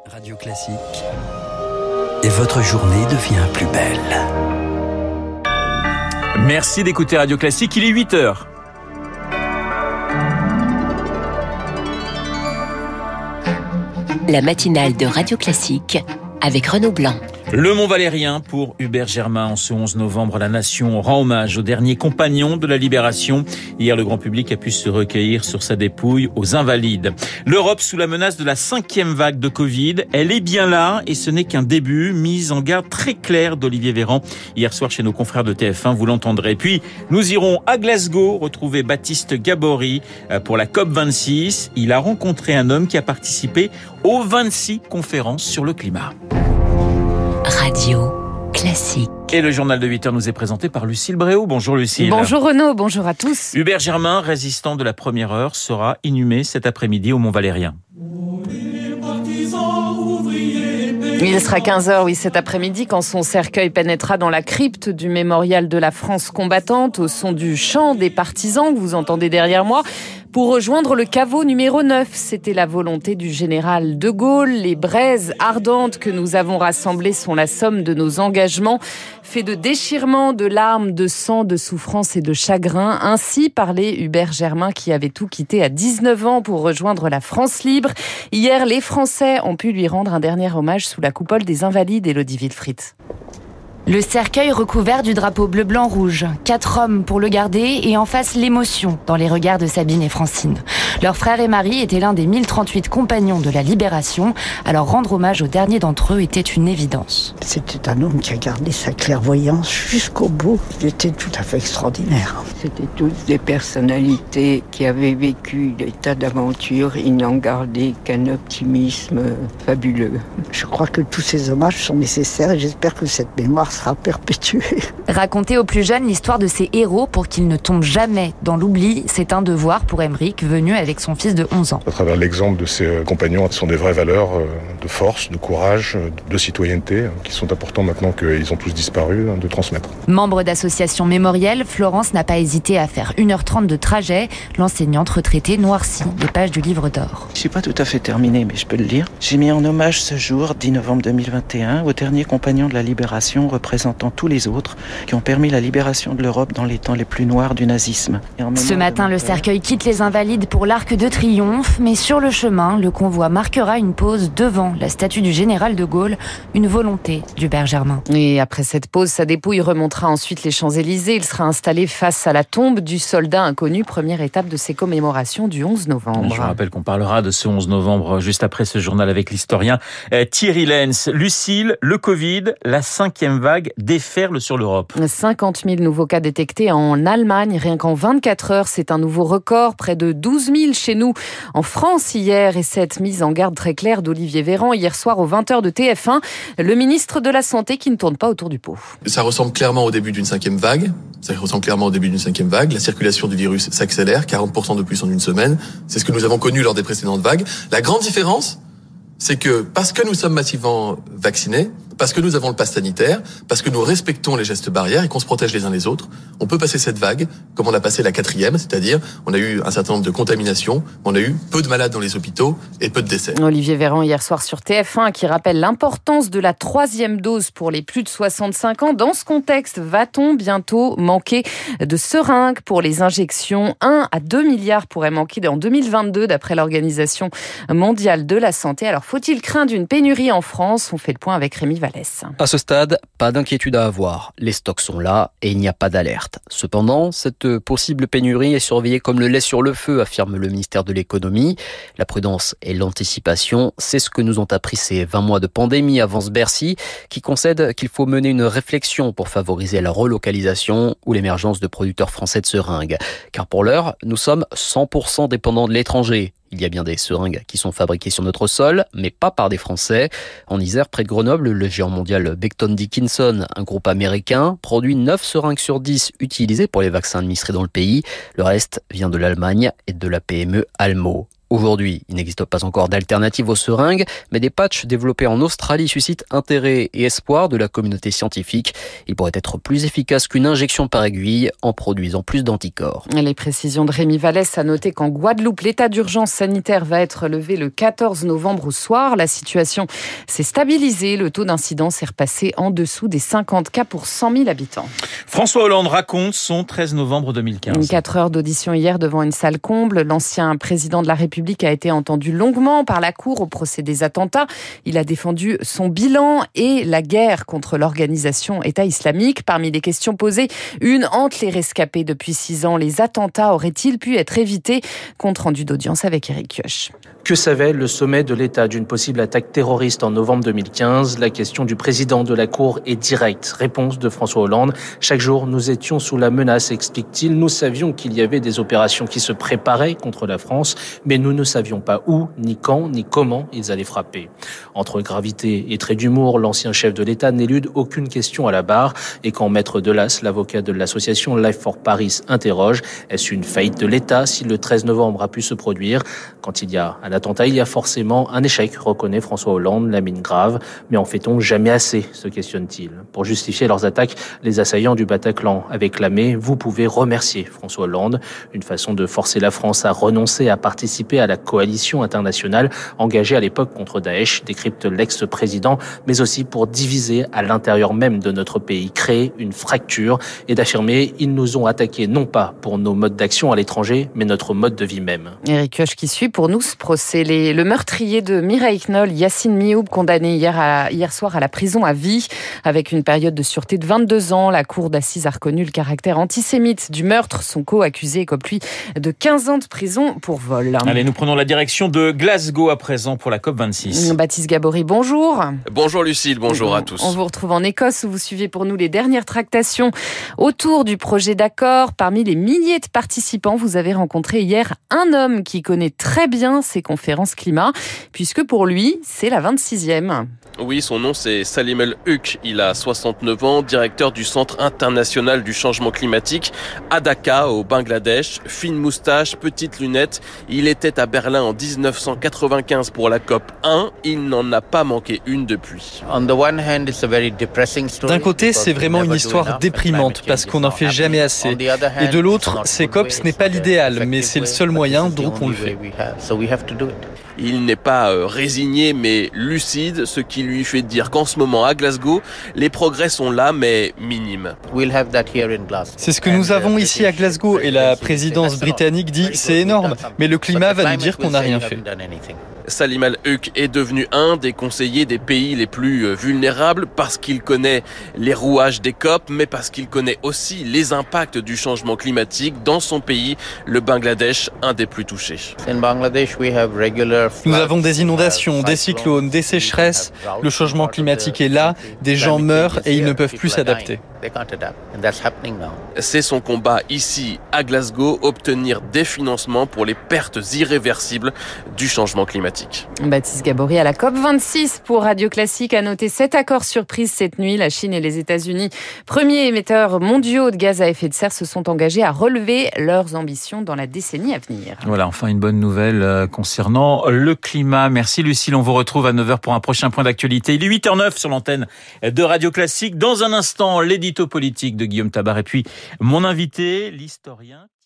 Radio Classique. Et votre journée devient plus belle. Merci d'écouter Radio Classique, il est 8h. La matinale de Radio Classique avec Renaud Blanc. Le Mont Valérien pour Hubert Germain. En ce 11 novembre, la nation rend hommage au dernier compagnon de la Libération. Hier, le grand public a pu se recueillir sur sa dépouille aux Invalides. L'Europe sous la menace de la 5e vague de Covid. Elle est bien là et ce n'est qu'un début. Mise en garde très claire d'Olivier Véran hier soir chez nos confrères de TF1, vous l'entendrez. Puis, nous irons à Glasgow retrouver Baptiste Gabory pour la COP26. Il a rencontré un homme qui a participé aux 26 conférences sur le climat. Radio Classique. Et le journal de 8h nous est présenté par Lucille Bréau. Bonjour Lucille. Bonjour Renaud, bonjour à tous. Hubert Germain, résistant de la première heure, sera inhumé cet après-midi au Mont Valérien. Il sera 15h, cet après-midi, quand son cercueil pénétrera dans la crypte du mémorial de la France combattante, au son du chant des partisans que vous entendez derrière moi, pour rejoindre le caveau numéro 9. C'était la volonté du général de Gaulle. Les braises ardentes que nous avons rassemblées sont la somme de nos engagements, faits de déchirements, de larmes, de sang, de souffrance et de chagrin. Ainsi parlait Hubert Germain, qui avait tout quitté à 19 ans pour rejoindre la France libre. Hier, les Français ont pu lui rendre un dernier hommage sous la coupole des Invalides, Élodie Wilfried. Le cercueil recouvert du drapeau bleu-blanc-rouge. 4 hommes pour le garder et en face l'émotion dans les regards de Sabine et Francine. Leur frère et mari étaient l'un des 1038 compagnons de la Libération. Alors rendre hommage au dernier d'entre eux était une évidence. C'était un homme qui a gardé sa clairvoyance jusqu'au bout. Il était tout à fait extraordinaire. C'était toutes des personnalités qui avaient vécu des tas d'aventures. Ils n'en gardaient qu'un optimisme fabuleux. Je crois que tous ces hommages sont nécessaires et j'espère que cette mémoire sera perpétuée. Raconter aux plus jeunes l'histoire de ces héros pour qu'ils ne tombent jamais dans l'oubli, c'est un devoir pour Aymeric, venu avec son fils de 11 ans. À travers l'exemple de ses compagnons, ce sont des vraies valeurs de force, de courage, de citoyenneté, qui sont importants maintenant qu'ils ont tous disparu, de transmettre. Membre d'association mémorielle, Florence n'a pas hésité à faire 1h30 de trajet. L'enseignante retraitée noircit les pages du livre d'or. Je suis pas tout à fait terminé, mais je peux le lire. J'ai mis en hommage ce jour, 10 novembre 2021, au dernier compagnon de la Libération, représentant tous les autres, qui ont permis la libération de l'Europe dans les temps les plus noirs du nazisme. Ce matin, le cercueil quitte les Invalides pour l'Arc de Triomphe, mais sur le chemin, le convoi marquera une pause devant la statue du général de Gaulle, une volonté d'Hubert Germain. Et après cette pause, sa dépouille remontera ensuite les Champs-Élysées. Il sera installé face à la tombe du soldat inconnu, première étape de ces commémorations du 11 novembre. Je vous rappelle qu'on parlera de ce 11 novembre juste après ce journal avec l'historien Thierry Lenz. Lucille, le Covid, la 5e vague déferle sur l'Europe. 50 000 nouveaux cas détectés en Allemagne, rien qu'en 24 heures. C'est un nouveau record, près de 12 000 chez nous en France hier. Et cette mise en garde très claire d'Olivier Véran hier soir aux 20h de TF1, le ministre de la Santé qui ne tourne pas autour du pot. Ça ressemble clairement au début d'une 5e vague. La circulation du virus s'accélère, 40% de plus en une semaine. C'est ce que nous avons connu lors des précédentes vagues. La grande différence, c'est que parce que nous sommes massivement vaccinés, parce que nous avons le pass sanitaire, parce que nous respectons les gestes barrières et qu'on se protège les uns les autres, on peut passer cette vague comme on a passé la 4e, c'est-à-dire on a eu un certain nombre de contaminations, on a eu peu de malades dans les hôpitaux et peu de décès. Olivier Véran hier soir sur TF1 qui rappelle l'importance de la 3e dose pour les plus de 65 ans. Dans ce contexte, va-t-on bientôt manquer de seringues pour les injections ? 1 à 2 milliards pourraient manquer en 2022 d'après l'Organisation mondiale de la santé. Alors faut-il craindre une pénurie en France ? On fait le point avec Rémi Vallès. À ce stade, pas d'inquiétude à avoir. Les stocks sont là et il n'y a pas d'alerte. Cependant, cette possible pénurie est surveillée comme le lait sur le feu, affirme le ministère de l'économie. La prudence et l'anticipation, c'est ce que nous ont appris ces 20 mois de pandémie, avance Bercy, qui concède qu'il faut mener une réflexion pour favoriser la relocalisation ou l'émergence de producteurs français de seringues. Car pour l'heure, nous sommes 100% dépendants de l'étranger. Il y a bien des seringues qui sont fabriquées sur notre sol, mais pas par des Français. En Isère, près de Grenoble, le géant mondial Becton Dickinson, un groupe américain, produit 9 seringues sur 10 utilisées pour les vaccins administrés dans le pays. Le reste vient de l'Allemagne et de la PME Almo. Aujourd'hui, il n'existe pas encore d'alternative aux seringues, mais des patchs développés en Australie suscitent intérêt et espoir de la communauté scientifique. Ils pourraient être plus efficaces qu'une injection par aiguille en produisant plus d'anticorps. Les précisions de Rémi Vallès. A noter qu'en Guadeloupe, l'état d'urgence sanitaire va être levé le 14 novembre au soir. La situation s'est stabilisée. Le taux d'incidence est repassé en dessous des 50 cas pour 100 000 habitants. François Hollande raconte son 13 novembre 2015. 4 heures d'audition hier devant une salle comble. L'ancien président de la République a été entendu longuement par la Cour au procès des attentats. Il a défendu son bilan et la guerre contre l'organisation État islamique. Parmi les questions posées, une hante les rescapés depuis 6 ans. Les attentats auraient-ils pu être évités? Compte rendu d'audience avec Eric Kioch. Que savait le sommet de l'État d'une possible attaque terroriste en novembre 2015? La question du président de la Cour est directe. Réponse de François Hollande. Chaque jour, nous étions sous la menace, explique-t-il. Nous savions qu'il y avait des opérations qui se préparaient contre la France, mais nous ne savions pas où, ni quand, ni comment ils allaient frapper. Entre gravité et trait d'humour, l'ancien chef de l'État n'élude aucune question à la barre. Et quand Maître Delas, l'avocat de l'association Life for Paris, interroge, est-ce une faillite de l'État si le 13 novembre a pu se produire? Quand il y a un attentat, il y a forcément un échec, reconnaît François Hollande, la mine grave. Mais en fait-on jamais assez, se questionne-t-il. Pour justifier leurs attaques, les assaillants du Bataclan avaient clamé « Vous pouvez remercier François Hollande ». Une façon de forcer la France à renoncer à participer à la coalition internationale engagée à l'époque contre Daesh, décrypte l'ex-président, mais aussi pour diviser à l'intérieur même de notre pays, créer une fracture et d'affirmer « Ils nous ont attaqués non pas pour nos modes d'action à l'étranger, mais notre mode de vie même ». Eric Kioch qui suit pour nous ce procès. Le meurtrier de Mireille Knoll, Yacine Mioub, condamné hier soir à la prison à vie avec une période de sûreté de 22 ans. La cour d'assises a reconnu le caractère antisémite du meurtre. Son co-accusé écope lui de 15 ans de prison pour vol. Allez, nous prenons la direction de Glasgow à présent pour la COP26. Baptiste Gabory, bonjour. Bonjour Lucille, bonjour à tous. On vous retrouve en Écosse où vous suivez pour nous les dernières tractations autour du projet d'accord. Parmi les milliers de participants, vous avez rencontré hier un homme qui connaît très bien ces conférences climat, puisque pour lui, c'est la 26e. Oui, son nom c'est Salim El Huk. Il a 69 ans, directeur du Centre international du changement climatique à Dhaka, au Bangladesh. Fine moustache, petites lunettes. Il était à Berlin en 1995 pour la COP 1. Il n'en a pas manqué une depuis. D'un côté, c'est vraiment une histoire déprimante parce qu'on n'en fait jamais assez. Et de l'autre, ces COP, ce n'est pas l'idéal, mais c'est le seul moyen, donc on le fait. Il n'est pas résigné, mais lucide, ce qui lui fait dire qu'en ce moment, à Glasgow, les progrès sont là, mais minimes. C'est ce que nous avons ici à Glasgow, et la présidence britannique dit « c'est énorme, mais le climat va nous dire qu'on n'a rien fait ». Salim El Huk est devenu un des conseillers des pays les plus vulnérables parce qu'il connaît les rouages des COP, mais parce qu'il connaît aussi les impacts du changement climatique dans son pays, le Bangladesh, un des plus touchés. Nous avons des inondations, des cyclones, des sécheresses. Le changement climatique est là, des gens meurent et ils ne peuvent plus s'adapter. C'est son combat ici, à Glasgow, obtenir des financements pour les pertes irréversibles du changement climatique. Baptiste Gabory à la COP26 pour Radio Classique. A noter cet accord surprise cette nuit. La Chine et les États-Unis, premiers émetteurs mondiaux de gaz à effet de serre, se sont engagés à relever leurs ambitions dans la décennie à venir. Voilà, enfin une bonne nouvelle concernant le climat. Merci Lucille, on vous retrouve à 9h pour un prochain point d'actualité. Il est 8h09 sur l'antenne de Radio Classique. Dans un instant, l'édito politique de Guillaume Tabar et puis mon invité, l'historien